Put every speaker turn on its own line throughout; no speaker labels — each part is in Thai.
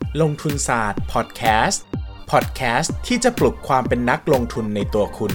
ลงทุนศาสตร์พอดแคสต์ที่จะปลุกความเป็นนักลงทุนในตัวคุณ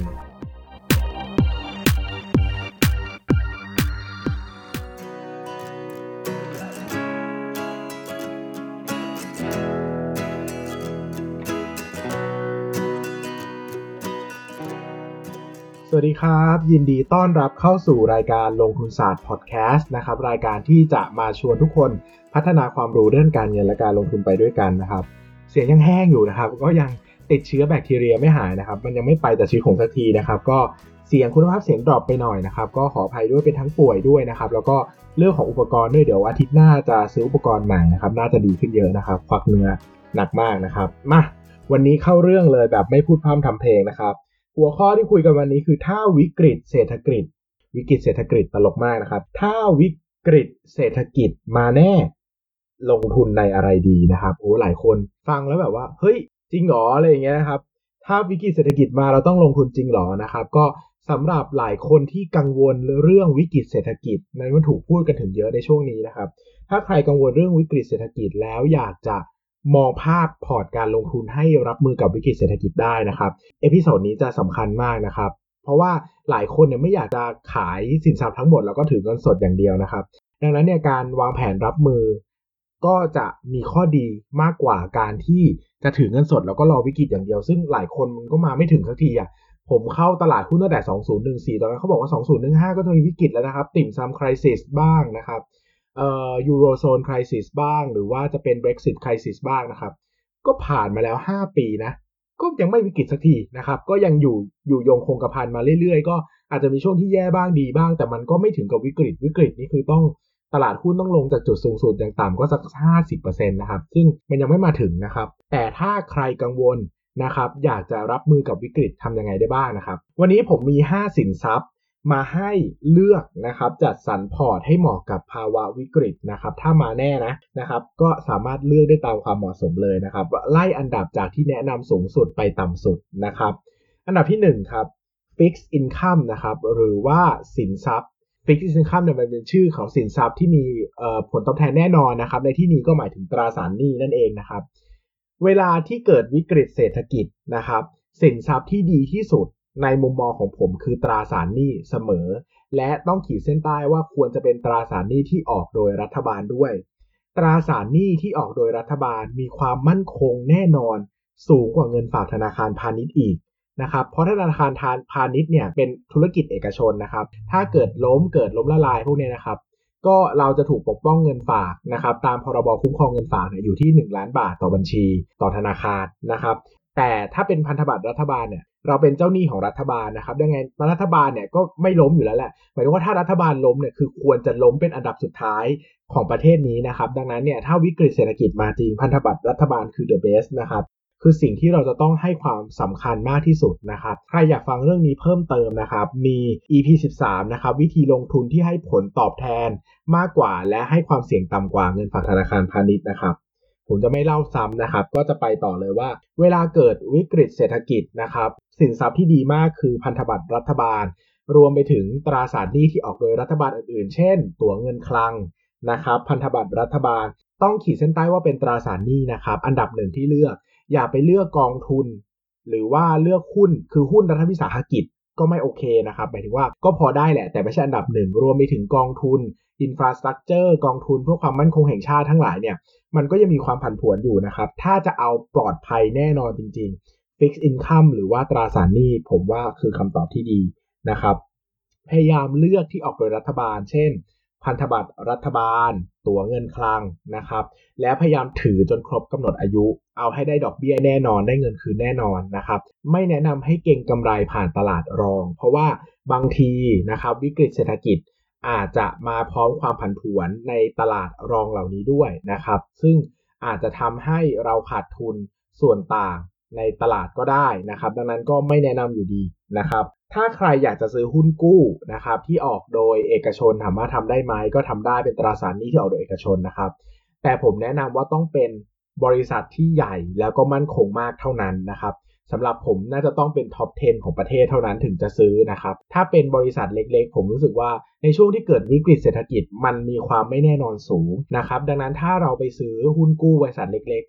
สวัสดีครับยินดีต้อนรับเข้าสู่รายการลงทุนศาสตร์พอดแคสต์นะครับรายการที่จะมาชวนทุกคนพัฒนาความรู้เรื่องการเงินและการลงทุนไปด้วยกันนะครับเสียงยังแห้งอยู่นะครับก็ยังติดเชื้อแบคทีเรียไม่หายนะครับมันยังไม่ไปจากชีวิตของสักทีนะครับก็เสียงคุณภาพเสียงดรอปไปหน่อยนะครับก็ขออภัยด้วยเป็นทั้งป่วยด้วยนะครับแล้วก็เรื่องของอุปกรณ์ด้วยเดี๋ยวอาทิตย์หน้าจะซื้ออุปกรณ์ใหม่นะครับน่าจะดีขึ้นเยอะนะครับควักเนื้อหนักมากนะครับมาวันนี้เข้าเรื่องเลยแบบไม่พูดพร่ำทำเพลงนะครับหัวข้อที่คุยกันวันนี้คือถ้าวิกฤตเศรษฐกิจตลกมากนะครับถ้าวิกฤตเศรษฐกิจมาแน่ลงทุนในอะไรดีนะครับโอ้หลายคนฟังแล้วแบบว่าเฮ้ยจริงหรออะไรอย่างเงี้ยนะครับถ้าวิกฤตเศรษฐกิจมาเราต้องลงทุนจริงหรอนะครับก็สำหรับหลายคนที่กังวลเรื่องวิกฤตเศรษฐกิจนั้นมันถูกพูดกันถึงเยอะในช่วงนี้นะครับถ้าใครกังวลเรื่องวิกฤตเศรษฐกิจแล้วอยากจะมองภาพพอร์ตการลงทุนให้รับมือกับวิกฤตเศรษฐกิจได้นะครับเอพิโซดนี้จะสำคัญมากนะครับเพราะว่าหลายคนเนี่ยไม่อยากจะขายสินทรัพย์ทั้งหมดแล้วก็ถือเงินสดอย่างเดียวนะครับดังนั้นเนี่ยการวางแผนรับมือก็จะมีข้อดีมากกว่าการที่จะถือเงินสดแล้วก็รอวิกฤตอย่างเดียวซึ่งหลายคนมันก็มาไม่ถึงสักทีอ่ะผมเข้าตลาดหุ้นตั้งแต่2014ตอนนั้นเขาบอกว่า2015ก็จะมีวิกฤตแล้วนะครับติ่มซำไครซิสบ้างนะครับยูโรโซนไครซิสบ้างหรือว่าจะเป็น Brexit ไครซิสบ้างนะครับก็ผ่านมาแล้ว5ปีนะก็ยังไม่วิกฤตสักทีนะครับก็ยังอยู่ยงคงกระพันมาเรื่อยๆก็อาจจะมีช่วงที่แย่บ้างดีบ้างแต่มันก็ไม่ถึงกับวิกฤตนี่คือต้องตลาดหุ้นต้องลงจากจุดสูงสุดอย่างต่ำก็สัก 50% นะครับซึ่งมันยังไม่มาถึงนะครับแต่ถ้าใครกังวลนะครับอยากจะรับมือกับวิกฤตทำยังไงได้บ้างนะครับวันนี้ผมมี5สินทรัพย์มาให้เลือกนะครับจัดสรรพอร์ตให้เหมาะกับภาวะวิกฤตนะครับถ้ามาแน่นะครับก็สามารถเลือกได้ตามความเหมาะสมเลยนะครับไล่อันดับจากที่แนะนำสูงสุดไปต่ำสุดนะครับอันดับที่1ครับ Fixed Income นะครับหรือว่าสินทรัพย์ Fixed Income เนี่ยมันเป็นชื่อของสินทรัพย์ที่มีผลตอบแทนแน่นอนนะครับในที่นี้ก็หมายถึงตราสารหนี้นั่นเองนะครับเวลาที่เกิดวิกฤตเศรษฐกิจนะครับสินทรัพย์ที่ดีที่สุดในมุมมองของผมคือตราสารหนี้เสมอและต้องขีดเส้นใต้ว่าควรจะเป็นตราสารหนี้ที่ออกโดยรัฐบาลด้วยตราสารหนี้ที่ออกโดยรัฐบาลมีความมั่นคงแน่นอนสูงกว่าเงินฝากธนาคารพาณิชย์อีกนะครับเพราะธนาคารพาณิชย์เนี่ยเป็นธุรกิจเอกชนนะครับถ้าเกิดล้มละลายพวกนี้นะครับก็เราจะถูกปกป้องเงินฝากนะครับตามพรบคุ้มครองเงินฝากเนี่ยอยู่ที่1ล้านบาทต่อบัญชีต่อธนาคารนะครับแต่ถ้าเป็นพันธบัตรรัฐบาลเนี่ยเราเป็นเจ้าหนี้ของรัฐบาลนะครับดังนั้นรัฐบาลเนี่ยก็ไม่ล้มอยู่แล้วแหละหมายถึงว่าถ้ารัฐบาลล้มเนี่ยคือควรจะล้มเป็นอันดับสุดท้ายของประเทศนี้นะครับดังนั้นเนี่ยถ้าวิกฤตเศรษฐกิจมาจริงพันธบัตรรัฐบาลคือ the best นะครับคือสิ่งที่เราจะต้องให้ความสำคัญมากที่สุดนะครับใครอยากฟังเรื่องนี้เพิ่มเติมนะครับมี EP 13นะครับวิธีลงทุนที่ให้ผลตอบแทนมากกว่าและให้ความเสี่ยงต่ำกว่าเงินฝากธนาคารพาณิชย์นะครับผมจะไม่เล่าซ้ำนะครับก็จะไปต่อเลยว่าเวลาเกิดวิกฤตเศรษฐกิจนะครับสินทรัพย์ที่ดีมากคือพันธบัตรรัฐบาลรวมไปถึงตราสารหนี้ที่ออกโดยรัฐบาลอื่นๆเช่นตั๋วเงินคลังนะครับพันธบัตรรัฐบาลต้องขีดเส้นใต้ว่าเป็นตราสารหนี้นะครับอันดับหนึ่งที่เลือกอย่าไปเลือกกองทุนหรือว่าเลือกหุ้นคือหุ้นรัฐวิสาหกิจก็ไม่โอเคนะครับหมายถึงว่าก็พอได้แหละแต่ไม่ใช่อันดับหนึ่งรวมไปถึงกองทุนอินฟราสตรัคเจอร์กองทุนเพื่อความมั่นคงแห่งชาติทั้งหลายเนี่ยมันก็ยังมีความผันผวนอยู่นะครับถ้าจะเอาปลอดภัยแน่นอนจริงๆ Fixed Income หรือว่าตราสารหนี้ผมว่าคือคำตอบที่ดีนะครับพยายามเลือกที่ออกโดยรัฐบาลเช่นพันธบัตรรัฐบาลตั๋วเงินคลังนะครับและพยายามถือจนครบกำหนดอายุเอาให้ได้ดอกเบี้ยแน่นอนได้เงินคืนแน่นอนนะครับไม่แนะนำให้เก็งกำไรผ่านตลาดรองเพราะว่าบางทีนะครับวิกฤตเศรษฐกิจอาจจะมาพร้อมความผันผวนในตลาดรองเหล่านี้ด้วยนะครับซึ่งอาจจะทำให้เราขาดทุนส่วนต่างในตลาดก็ได้นะครับดังนั้นก็ไม่แนะนำอยู่ดีนะครับถ้าใครอยากจะซื้อหุ้นกู้นะครับที่ออกโดยเอกชนถามว่าทำได้ไหมก็ทำได้เป็นตราสารหนี้ที่ออกโดยเอกชนนะครับแต่ผมแนะนำว่าต้องเป็นบริษัทที่ใหญ่แล้วก็มั่นคงมากเท่านั้นนะครับสำหรับผมน่าจะต้องเป็นท็อป 10 ของประเทศเท่านั้นถึงจะซื้อนะครับถ้าเป็นบริษัทเล็กๆผมรู้สึกว่าในช่วงที่เกิดวิกฤตเศรษฐกิจมันมีความไม่แน่นอนสูงนะครับดังนั้นถ้าเราไปซื้อหุ้นกู้บริษัทเล็กๆ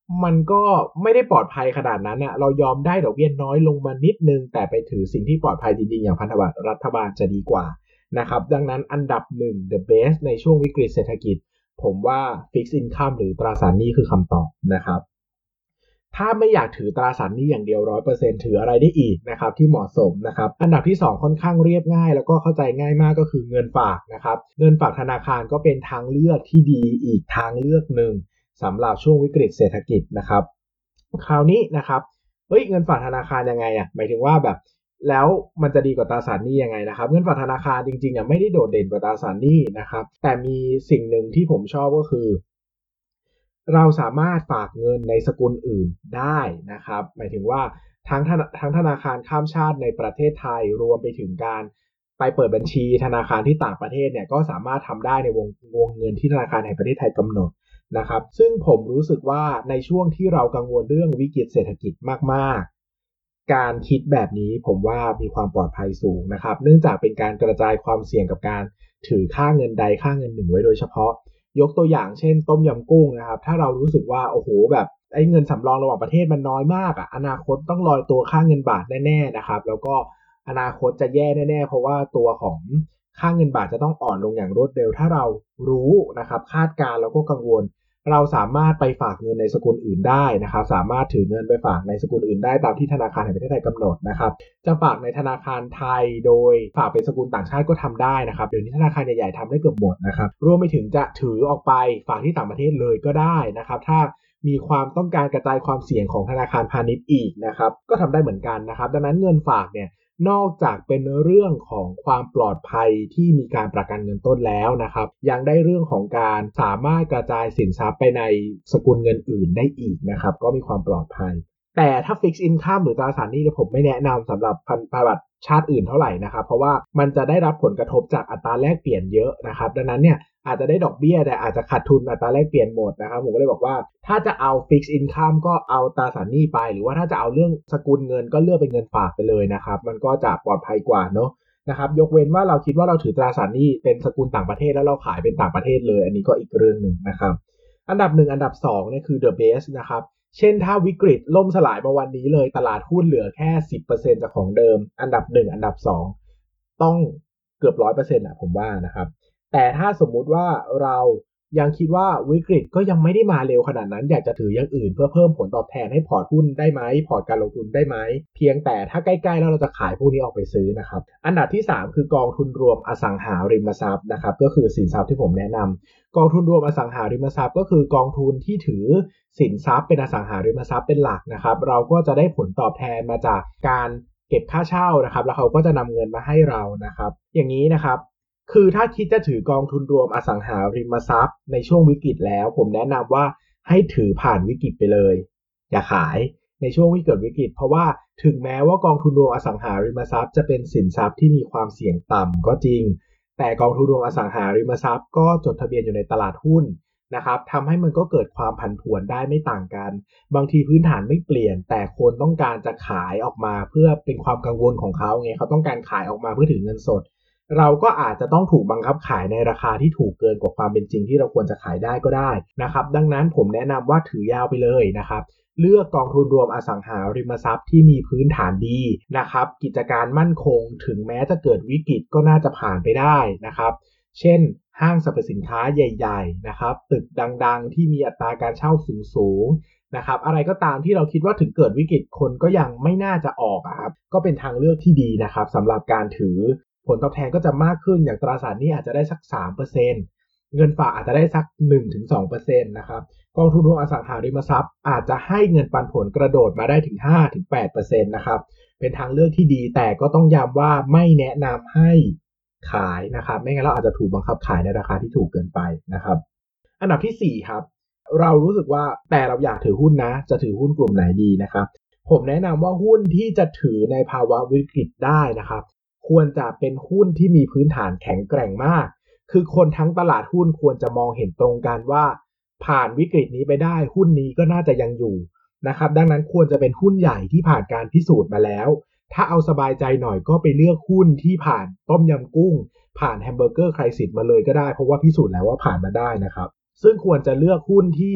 มันก็ไม่ได้ปลอดภัยขนาดนั้นอะเรายอมได้ดอกเบี้ยน้อยลงมานิดนึงแต่ไปถือสิ่งที่ปลอดภัยจริงๆอย่างพันธบัตรรัฐบาลจะดีกว่านะครับดังนั้นอันดับ1 the best ในช่วงวิกฤตเศรษฐกิจผมว่า fixed income หรือตราสารหนี้คือคำตอบนะครับถ้าไม่อยากถือตราสารหนี้อย่างเดียว 100% ถืออะไรได้อีกนะครับที่เหมาะสมนะครับอันดับที่2ค่อนข้างเรียบง่ายแล้วก็เข้าใจง่ายมากก็คือเงินฝากนะครับเงินฝากธนาคารก็เป็นทางเลือกที่ดีอีกทางเลือกหนึ่งสำหรับช่วงวิกฤตเศรษฐกิจนะครับคราวนี้นะครับเงินฝากธนาคารยังไงหมายถึงว่าแบบแล้วมันจะดีกว่าตราสารหนี้ยังไงนะครับเงินฝากธนาคารจริงๆไม่ได้โดดเด่นกว่าตราสารหนี้นะครับแต่มีสิ่งหนึ่งที่ผมชอบก็คือเราสามารถฝากเงินในสกุลอื่นได้นะครับหมายถึงว่าทั้งธนาคารข้ามชาติในประเทศไทยรวมไปถึงการไปเปิดบัญชีธนาคารที่ต่างประเทศเนี่ยก็สามารถทำได้ในวงเงินที่ธนาคารแห่งประเทศไทยกำหนดนะครับซึ่งผมรู้สึกว่าในช่วงที่เรากังวลเรื่องวิกฤตเศรษฐกิจมากๆการคิดแบบนี้ผมว่ามีความปลอดภัยสูงนะครับเนื่องจากเป็นการกระจายความเสี่ยงกับการถือค่าเงินใดค่าเงินหนึ่งไว้โดยเฉพาะยกตัวอย่างเช่นต้มยำกุ้งนะครับถ้าเรารู้สึกว่าโอ้โหแบบเงินสำรองระหว่างประเทศมันน้อยมากอนาคตต้องลอยตัวค่าเงินบาทแน่ๆนะครับแล้วก็อนาคตจะแย่แน่ๆเพราะว่าตัวของค่าเงินบาทจะต้องอ่อนลงอย่างรวดเร็วถ้าเรารู้นะครับคาดการณ์แล้วก็กังวลเราสามารถไปฝากเงินในสกุลอื่นได้นะครับสามารถถือเงินไปฝากในสกุลอื่นได้ตามที่ธนาคารแห่งประเทศไทยกำหนดนะครับจะฝากในธนาคารไทยโดยฝากเป็นสกุลต่างชาติก็ทำได้นะครับเดี๋ยวนี้ธนาคารใหญ่ๆทำได้เกือบหมดนะครับรวมไปถึงจะถือออกไปฝากที่ต่างประเทศเลยก็ได้นะครับถ้ามีความต้องการกระจายความเสี่ยงของธนาคารพาณิชย์อีกนะครับก็ทำได้เหมือนกันนะครับดังนั้นเงินฝากเนี่ยนอกจากเป็นเรื่องของความปลอดภัยที่มีการประกันเงินต้นแล้วนะครับยังได้เรื่องของการสามารถกระจายสินทรัพย์ไปในสกุลเงินอื่นได้อีกนะครับก็มีความปลอดภัยแต่ถ้า Fixed Income หรือตราสารหนี้ผมไม่แนะนำสำหรับพันธบัตรชาติอื่นเท่าไหร่นะครับเพราะว่ามันจะได้รับผลกระทบจากอัตราแลกเปลี่ยนเยอะนะครับดังนั้นเนี่ยอาจจะได้ดอกเบี้ยแต่อาจจะขาดทุนอัตราแลกเปลี่ยนหมดนะครับผมก็เลยบอกว่าถ้าจะเอา Fixed Income ก็เอาตราสารหนี้ไปหรือว่าถ้าจะเอาเรื่องสกุลเงินก็เลือกเป็นเงินฝากไปเลยนะครับมันก็จะปลอดภัยกว่าเนาะนะครับยกเว้นว่าเราคิดว่าเราถือตราสารหนี้เป็นสกุลต่างประเทศแล้วเราขายเป็นต่างประเทศเลยอันนี้ก็อีกเรื่องนึงนะครับอันดับ1อันดับ2เนี่ยคือ the best นะครับเช่นถ้าวิกฤตล่มสลายมาวันนี้เลยตลาดหุ้นเหลือแค่ 10% จากของเดิมอันดับ1อันดับ2ต้องเกือบ 100% ผมว่านะครับแต่ถ้าสมมุติว่าเรายังคิดว่าวิกฤตก็ยังไม่ได้มาเร็วขนาดนั้นอยากจะถืออย่างอื่นเพื่อเพิ่มผลตอบแทนให้พอร์ตหุ้นได้ไหมพอร์ตการลงทุนได้ไหมเพียงแต่ถ้าใกล้ๆแล้วเราจะขายพวกนี้ออกไปซื้อนะครับอันดับที่3คือกองทุนรวมอสังหาริมทรัพย์นะครับก็คือสินทรัพย์ที่ผมแนะนำกองทุนรวมอสังหาริมทรัพย์ก็คือกองทุนที่ถือสินทรัพย์เป็นอสังหาริมทรัพย์เป็นหลักนะครับเราก็จะได้ผลตอบแทนมาจากการเก็บค่าเช่านะครับแล้วเขาก็จะนำเงินมาให้เรานะครับอย่างนี้นะครับคือถ้าคิดจะถือกองทุนรวมอสังหาริมทรัพย์ในช่วงวิกฤตแล้วผมแนะนำว่าให้ถือผ่านวิกฤตไปเลยอย่าขายในช่วงที่เกิดวิกฤตเพราะว่าถึงแม้ว่ากองทุนรวมอสังหาริมทรัพย์จะเป็นสินทรัพย์ที่มีความเสี่ยงต่ำก็จริงแต่กองทุนรวมอสังหาริมทรัพย์ก็จดทะเบียนอยู่ในตลาดหุ้นนะครับทำให้มันก็เกิดความผันผวนได้ไม่ต่างกันบางทีพื้นฐานไม่เปลี่ยนแต่คนต้องการจะขายออกมาเพื่อเป็นความกังวลของเขาไงเขาต้องการขายออกมาเพื่อถือเงินสดเราก็อาจจะต้องถูกบังคับขายในราคาที่ถูกเกินกว่าความเป็นจริงที่เราควรจะขายได้ก็ได้นะครับดังนั้นผมแนะนำว่าถือยาวไปเลยนะครับเลือกกองทุนรวมอสังหาริมทรัพย์ที่มีพื้นฐานดีนะครับกิจการมั่นคงถึงแม้จะเกิดวิกฤตก็น่าจะผ่านไปได้นะครับเช่นห้างสรรพสินค้าใหญ่ๆนะครับตึกดังๆที่มีอัตราการเช่าสูงๆนะครับอะไรก็ตามที่เราคิดว่าถึงเกิดวิกฤตคนก็ยังไม่น่าจะออกครับก็เป็นทางเลือกที่ดีนะครับสำหรับการถือผลตอบแทนก็จะมากขึ้นอย่างตราสารหนี้อาจจะได้สัก 3% เงินฝากอาจจะได้สัก 1-2% นะครับกองทุนรวมอสังหาริมทรัพย์อาจจะให้เงินปันผลกระโดดมาได้ถึง 5-8% นะครับเป็นทางเลือกที่ดีแต่ก็ต้องย้ำว่าไม่แนะนำให้ขายนะครับไม่งั้นเราอาจจะถูกบังคับขายในราคาที่ถูกเกินไปนะครับอันดับที่4ครับเรารู้สึกว่าแต่เราอยากถือหุ้นนะจะถือหุ้นกลุ่มไหนดีนะครับผมแนะนำว่าหุ้นที่จะถือในภาวะวิกฤตได้นะครับควรจะเป็นหุ้นที่มีพื้นฐานแข็งแกร่งมากคือคนทั้งตลาดหุ้นควรจะมองเห็นตรงกันว่าผ่านวิกฤตนี้ไปได้หุ้นนี้ก็น่าจะยังอยู่นะครับดังนั้นควรจะเป็นหุ้นใหญ่ที่ผ่านการพิสูจน์มาแล้วถ้าเอาสบายใจหน่อยก็ไปเลือกหุ้นที่ผ่านต้มยำกุ้งผ่านแฮมเบอร์เกอร์ไครซิสมาเลยก็ได้เพราะว่าพิสูจน์แล้วว่าผ่านมาได้นะครับซึ่งควรจะเลือกหุ้นที่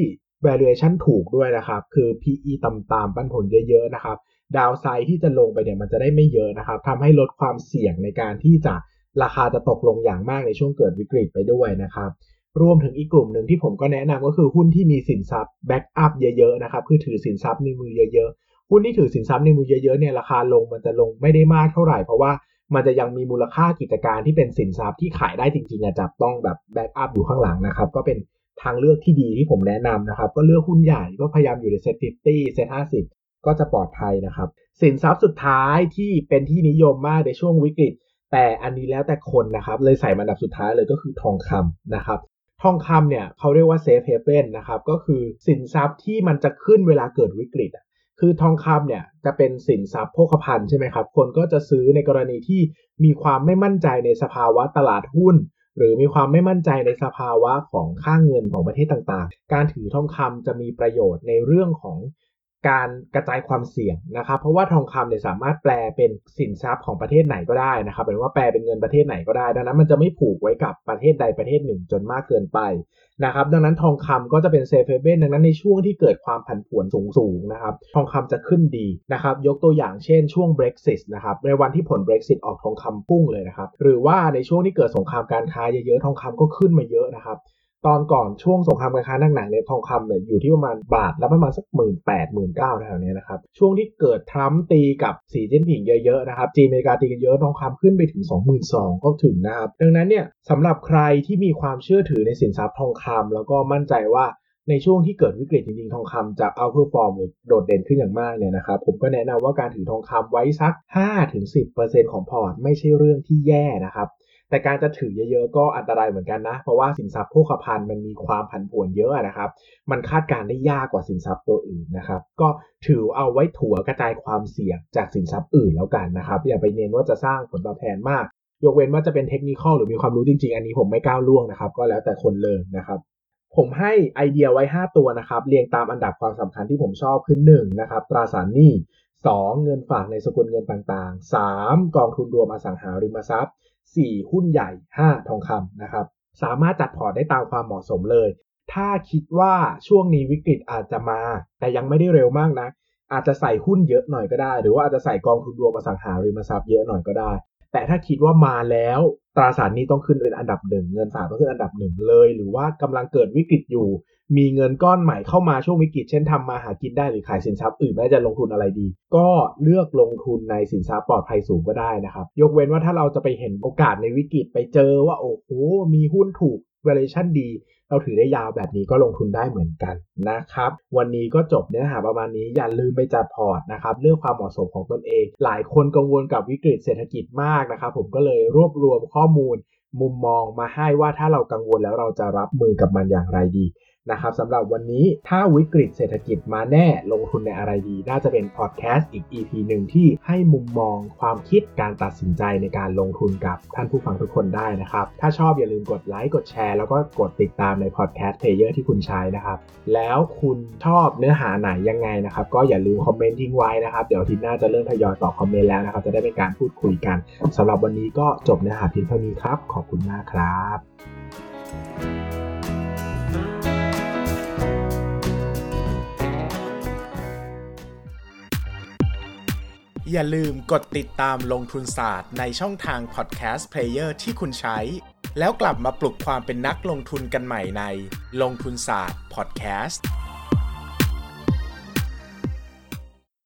valuation ถูกด้วยนะครับคือ PE ต่ำๆปันผลเยอะๆนะครับดาวไซด์ที่จะลงไปเนี่ยมันจะได้ไม่เยอะนะครับทำให้ลดความเสี่ยงในการที่จะราคาจะตกลงอย่างมากในช่วงเกิดวิกฤตไปด้วยนะครับรวมถึงอีกกลุ่มหนึ่งที่ผมก็แนะนำก็คือหุ้นที่มีสินทรัพย์แบ็กอัพเยอะๆนะครับคือถือสินทรัพย์ในมือเยอะๆหุ้นที่ถือสินทรัพย์ในมือเยอะๆเนี่ยราคาลงมันจะลงไม่ได้มากเท่าไหร่เพราะว่ามันจะยังมีมูลค่ากิจการที่เป็นสินทรัพย์ที่ขายได้จริงๆจับต้องแบบแบ็กอัพอยู่ข้างหลังนะครับก็เป็นทางเลือกที่ดีที่ผมแนะนำนะครับก็เลือกหุ้นใหญ่ก็พยายามอยู่ในเซ็ต50เซ็ต50ก็จะปลอดภัยนะครับสินทรัพย์สุดท้ายที่เป็นที่นิยมมากในช่วงวิกฤตแต่อันนี้แล้วแต่คนนะครับเลยใส่อันดับสุดท้ายเลยก็คือทองคำนะครับทองคำเนี่ยเขาเรียกว่าเซฟเฮเว่นนะครับก็คือสินทรัพย์ที่มันจะขึ้นเวลาเกิดวิกฤตคือทองคำเนี่ยจะเป็นสินทรัพย์โภคภัณฑ์ใช่ไหมครับคนก็จะซื้อในกรณีที่มีความไม่มั่นใจในสภาวะตลาดหุ้นหรือมีความไม่มั่นใจในสภาวะของค่าเงินของประเทศต่างๆการถือทองคำจะมีประโยชน์ในเรื่องของการกระจายความเสี่ยงนะครับเพราะว่าทองคำเนี่ยสามารถแปลเป็นสินทรัพย์ของประเทศไหนก็ได้นะครับหรือว่าแปลเป็นเงินประเทศไหนก็ได้ดังนั้นมันจะไม่ผูกไว้กับประเทศใดประเทศหนึ่งจนมากเกินไปนะครับดังนั้นทองคำก็จะเป็นเซฟเฮเว่นดังนั้นในช่วงที่เกิดความผันผวนสูงๆนะครับทองคำจะขึ้นดีนะครับยกตัวอย่างเช่นช่วง Brexit นะครับในวันที่ผล Brexit ออกทองคำพุ่งเลยนะครับหรือว่าในช่วงที่เกิดสงครามการค้าเยอะๆทองคำก็ขึ้นมาเยอะนะครับตอนก่อนช่วงสงครามการค้าหนักๆเนี่ยทองคำเนี่ยอยู่ที่ประมาณบาทละประมาณสัก 18,000-19,000 แถวๆนี้นะครับช่วงที่เกิดทรัมป์ตีกับสีจิ้นผิงเยอะๆนะครับจีนอเมริกาตีกันเยอะทองคำขึ้นไปถึง 22,000 ก็ถึงนะครับดังนั้นเนี่ยสำหรับใครที่มีความเชื่อถือในสินทรัพย์ทองคำแล้วก็มั่นใจว่าในช่วงที่เกิดวิกฤตจริงๆทองคำจะเอาเพอร์ฟอร์มหรือโดดเด่นขึ้นอย่างมากเนี่ยนะครับผมก็แนะนำว่าการถือทองคำไว้สัก 5-10% ของพอร์ตไม่ใช่เรื่องที่แย่นะครับแต่การจะถือเยอะๆก็อันตรายเหมือนกันนะเพราะว่าสินทรัพย์โภคภัณฑ์มันมีความผันผวนเยอะนะครับมันคาดการณ์ได้ยากกว่าสินทรัพย์ตัวอื่นนะครับก็ถือเอาไว้ถัวกระจายความเสี่ยงจากสินทรัพย์อื่นแล้วกันนะครับอย่าไปเน้นว่าจะสร้างผลตอบแทนมากยกเว้นว่าจะเป็นเทคนิคอลหรือมีความรู้จริงๆอันนี้ผมไม่ก้าวล่วงนะครับก็แล้วแต่คนเลยนะครับผมให้ไอเดียไว้5ตัวนะครับเรียงตามอันดับความสำคัญที่ผมชอบคือ1นะครับตราสารหนี้2เงินฝากในสกุลเงินต่างๆ3กองทุนรวมอสังหาริมทรัพย์4หุ้นใหญ่5ทองคำนะครับสามารถจัดพอร์ตได้ตามความเหมาะสมเลยถ้าคิดว่าช่วงนี้วิกฤตอาจจะมาแต่ยังไม่ได้เร็วมากนะอาจจะใส่หุ้นเยอะหน่อยก็ได้หรือว่าอาจจะใส่กองทุนรวมอสังหาริมทรัพย์เยอะหน่อยก็ได้แต่ถ้าคิดว่ามาแล้วตราสารหนี้ต้องขึ้นเป็นอันดับ1เงินฝากต้องขึ้นอันดับ1เลยหรือว่ากำลังเกิดวิกฤตอยู่มีเงินก้อนใหม่เข้ามาช่วงวิกฤตเช่นทำมาหากินได้หรือขายสินทรัพย์อื่นไม่จะลงทุนอะไรดีก็เลือกลงทุนในสินทรัพย์ปลอดภัยสูงก็ได้นะครับยกเว้นว่าถ้าเราจะไปเห็นโอกาสในวิกฤตไปเจอว่าโอ้โหมีหุ้นถูก valuation ดีเราถือได้ยาวแบบนี้ก็ลงทุนได้เหมือนกันนะครับวันนี้ก็จบเนื้อหาประมาณนี้อย่าลืมไปจัดพอร์ตนะครับเลือกความเหมาะสมของตนเองหลายคนกังวลกับวิกฤตเศรษฐกิจมากนะครับผมก็เลยรวบรวมข้อมูลมุมมองมาให้ว่าถ้าเรากังวลแล้วเราจะรับมือกับมันอย่างไรดีนะครับสำหรับวันนี้ถ้าวิกฤตเศรษฐกิจมาแน่ลงทุนในอะไรดีน่าจะเป็นพอดแคสต์อีก EP หนึ่งที่ให้มุมมองความคิดการตัดสินใจในการลงทุนกับท่านผู้ฟังทุกคนได้นะครับถ้าชอบอย่าลืมกดไลค์กดแชร์แล้วก็กดติดตามในพอดแคสต์เพลเยอร์ที่คุณใช้นะครับแล้วคุณชอบเนื้อหาไหนยังไงนะครับก็อย่าลืมคอมเมนต์ทิ้งไว้นะครับเดี๋ยวอาทิตย์หน้าจะเริ่มทยอยตอบคอมเมนต์แล้วนะครับจะได้เป็นการพูดคุยกันสำหรับวันนี้ก็จบเนื้อหาเพียงเท่านี้ครับขอบคุณมากครับ
อย่าลืมกดติดตามลงทุนศาสตร์ในช่องทางพอดแคสต์เพลเยอร์ที่คุณใช้แล้วกลับมาปลุกความเป็นนักลงทุนกันใหม่ในลงทุนศาสตร์พอดแคสต์